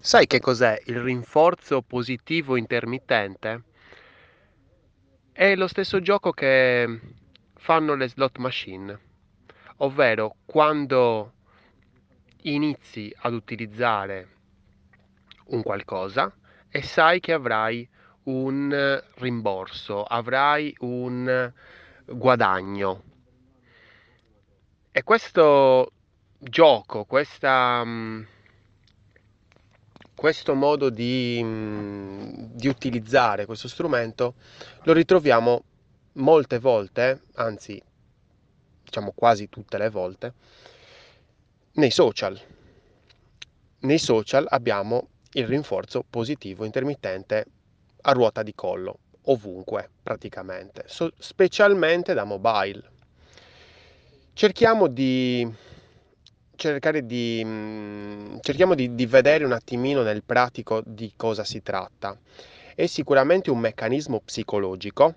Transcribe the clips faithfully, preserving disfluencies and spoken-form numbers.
Sai che cos'è il rinforzo positivo intermittente? È lo stesso gioco che fanno le slot machine, ovvero quando inizi ad utilizzare un qualcosa e sai che avrai un rimborso, avrai un guadagno. E questo gioco, questa, mh, questo modo di, mh, di utilizzare questo strumento lo ritroviamo molte volte, anzi, diciamo quasi tutte le volte, nei social. Nei social abbiamo il rinforzo positivo intermittente a ruota di collo, ovunque praticamente, so- specialmente da mobile. Cerchiamo di cercare di mh, cerchiamo di, di vedere un attimino nel pratico di cosa si tratta. È sicuramente un meccanismo psicologico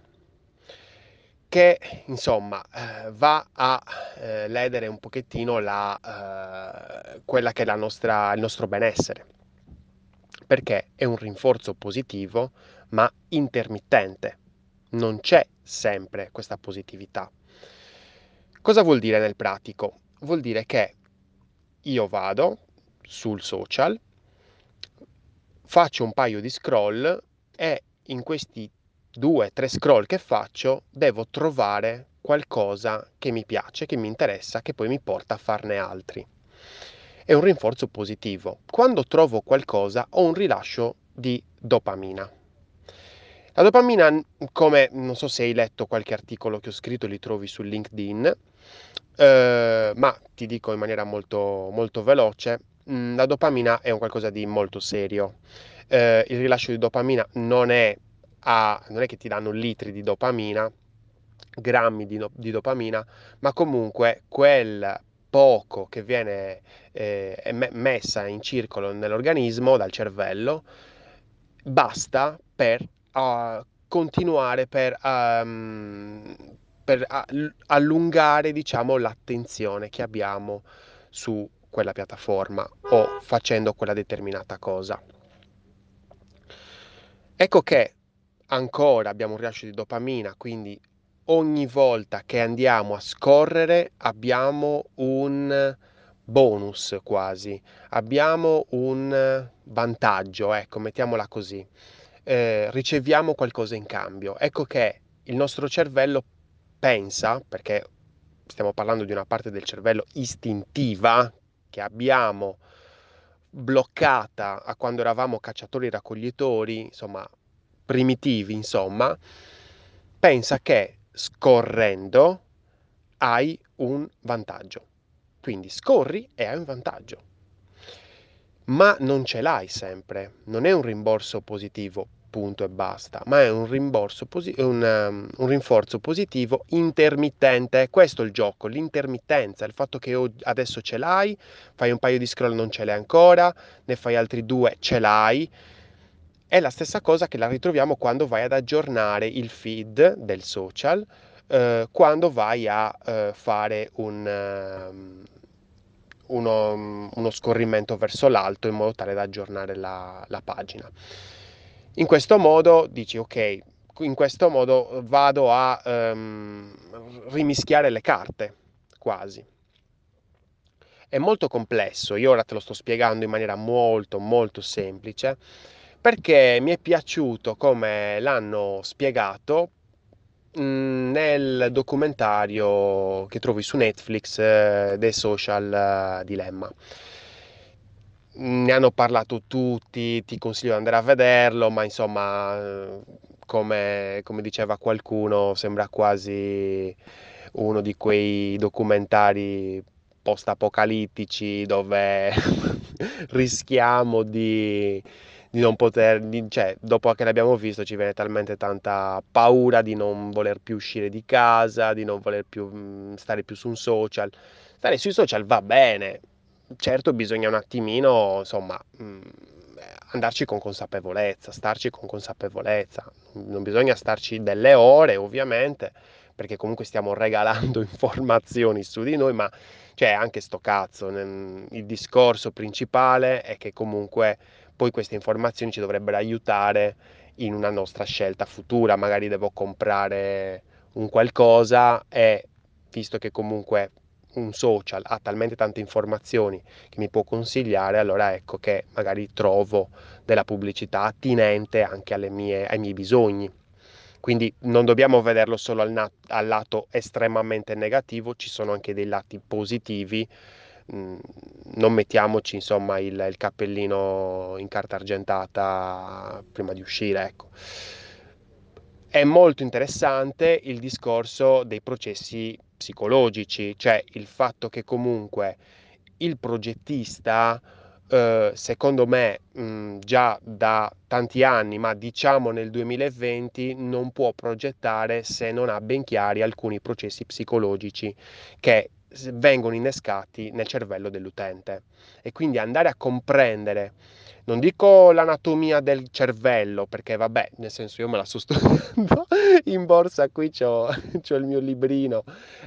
che insomma eh, va a eh, ledere un pochettino la, eh, quella che è la nostra, il nostro benessere, perché è un rinforzo positivo ma intermittente, non c'è sempre questa positività. Cosa vuol dire nel pratico? Vuol dire che io vado sul social, faccio un paio di scroll e in questi due, tre scroll che faccio devo trovare qualcosa che mi piace, che mi interessa, che poi mi porta a farne altri. È un rinforzo positivo. Quando trovo qualcosa ho un rilascio di dopamina. La dopamina, come non so se hai letto qualche articolo che ho scritto, li trovi su LinkedIn, eh, ma ti dico in maniera molto, molto veloce, mh, la dopamina è un qualcosa di molto serio. Eh, il rilascio di dopamina non è, a, non è che ti danno litri di dopamina, grammi di, no- di dopamina, ma comunque quel poco che viene eh, em- messa in circolo nell'organismo dal cervello basta per uh, continuare per, um, per a- allungare, diciamo, l'attenzione che abbiamo su quella piattaforma o facendo quella determinata cosa. Ecco che ancora abbiamo un rilascio di dopamina, quindi ogni volta che andiamo a scorrere abbiamo un bonus quasi, abbiamo un vantaggio, ecco, mettiamola così. Eh, riceviamo qualcosa in cambio. Ecco che il nostro cervello pensa, perché stiamo parlando di una parte del cervello istintiva che abbiamo bloccata a quando eravamo cacciatori-raccoglitori, insomma, primitivi, insomma, pensa che scorrendo hai un vantaggio. Quindi scorri e hai un vantaggio. Ma non ce l'hai sempre, non è un rimborso positivo, punto e basta, ma è un rimborso posi- un, um, un rinforzo positivo intermittente. Questo è il gioco, l'intermittenza, il fatto che o- adesso ce l'hai, fai un paio di scroll, non ce l'hai ancora, ne fai altri due, ce l'hai. È la stessa cosa che la ritroviamo quando vai ad aggiornare il feed del social, eh, quando vai a eh, fare un, ehm, uno, uno scorrimento verso l'alto in modo tale da aggiornare la, la pagina. In questo modo dici ok, in questo modo vado a ehm, rimischiare le carte, quasi. È molto complesso, io ora te lo sto spiegando in maniera molto molto semplice perché mi è piaciuto come l'hanno spiegato mh, nel documentario che trovi su Netflix eh, The Social eh, Dilemma. Ne hanno parlato tutti, ti consiglio di andare a vederlo, ma insomma, eh, come, come diceva qualcuno, sembra quasi uno di quei documentari post-apocalittici dove rischiamo di, di non poter, di- cioè, dopo che l'abbiamo visto ci viene talmente tanta paura di non voler più uscire di casa, di non voler più mm, stare più su un social. Stare sui social va bene, certo bisogna un attimino, insomma, mh, andarci con consapevolezza, starci con consapevolezza. Non bisogna starci delle ore, ovviamente, perché comunque stiamo regalando informazioni su di noi, ma c'è anche sto cazzo. nel- Il discorso principale è che comunque poi queste informazioni ci dovrebbero aiutare in una nostra scelta futura, magari devo comprare un qualcosa e visto che comunque un social ha talmente tante informazioni che mi può consigliare, allora ecco che magari trovo della pubblicità attinente anche alle mie, ai miei bisogni. Quindi non dobbiamo vederlo solo al, na- al lato estremamente negativo, ci sono anche dei lati positivi. Mm, non mettiamoci insomma il, il cappellino in carta argentata prima di uscire, ecco. È molto interessante il discorso dei processi psicologici, cioè il fatto che comunque il progettista, eh, secondo me, mh, già da tanti anni, ma diciamo nel duemilaventi, non può progettare se non ha ben chiari alcuni processi psicologici che s- vengono innescati nel cervello dell'utente. E quindi andare a comprendere, non dico l'anatomia del cervello, perché vabbè, nel senso io me la sto studiando in borsa, qui c'ho, c'ho il mio librino,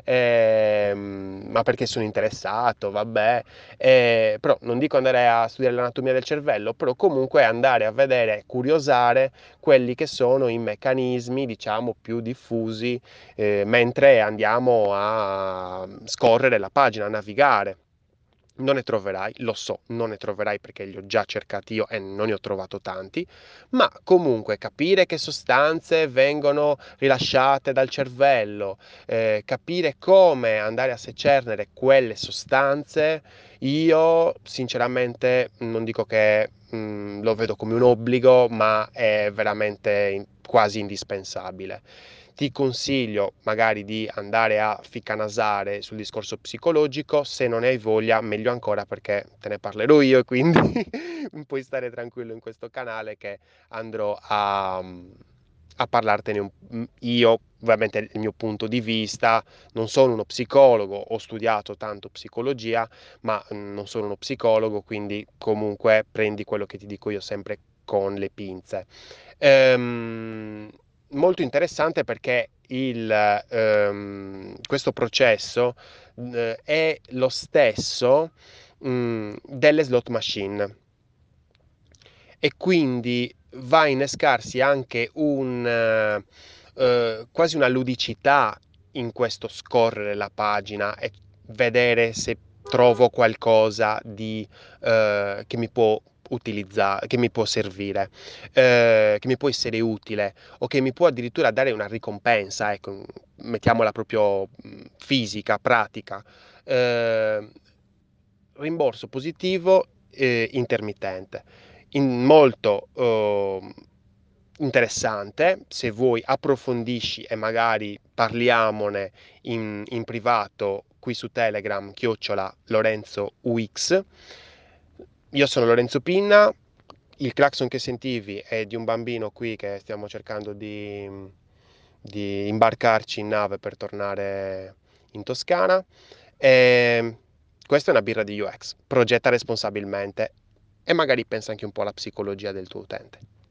ehm, ma perché sono interessato, vabbè, eh, però non dico andare a studiare l'anatomia del cervello, però comunque andare a vedere, curiosare quelli che sono i meccanismi, diciamo, più diffusi, eh, mentre andiamo a scorrere la pagina, a navigare. Non ne troverai, lo so, non ne troverai perché li ho già cercati io e non ne ho trovato tanti, ma comunque capire che sostanze vengono rilasciate dal cervello, eh, capire come andare a secernere quelle sostanze, io sinceramente non dico che mh, lo vedo come un obbligo, ma è veramente in- quasi indispensabile. Ti consiglio magari di andare a ficcanasare sul discorso psicologico, se non ne hai voglia, meglio ancora perché te ne parlerò io e quindi puoi stare tranquillo in questo canale che andrò a, a parlartene un, io, ovviamente il mio punto di vista, non sono uno psicologo, ho studiato tanto psicologia, ma mm, non sono uno psicologo, quindi comunque prendi quello che ti dico io sempre con le pinze. Ehm, Molto interessante perché il, ehm, questo processo eh, è lo stesso mh, delle slot machine e quindi va a innescarsi anche un, eh, eh, quasi una ludicità in questo scorrere la pagina e vedere se trovo qualcosa di, eh, che mi può utilizzare, che mi può servire, eh, che mi può essere utile o che mi può addirittura dare una ricompensa, ecco, mettiamola proprio mh, fisica, pratica. Eh, Rimborso positivo eh, intermittente. In molto eh, interessante, se vuoi approfondisci e magari parliamone in, in privato qui su Telegram, chiocciola Lorenzo U X. Io sono Lorenzo Pinna, il clacson che sentivi è di un bambino qui che stiamo cercando di, di imbarcarci in nave per tornare in Toscana. E questa è una birra di U X, progetta responsabilmente e magari pensa anche un po' alla psicologia del tuo utente.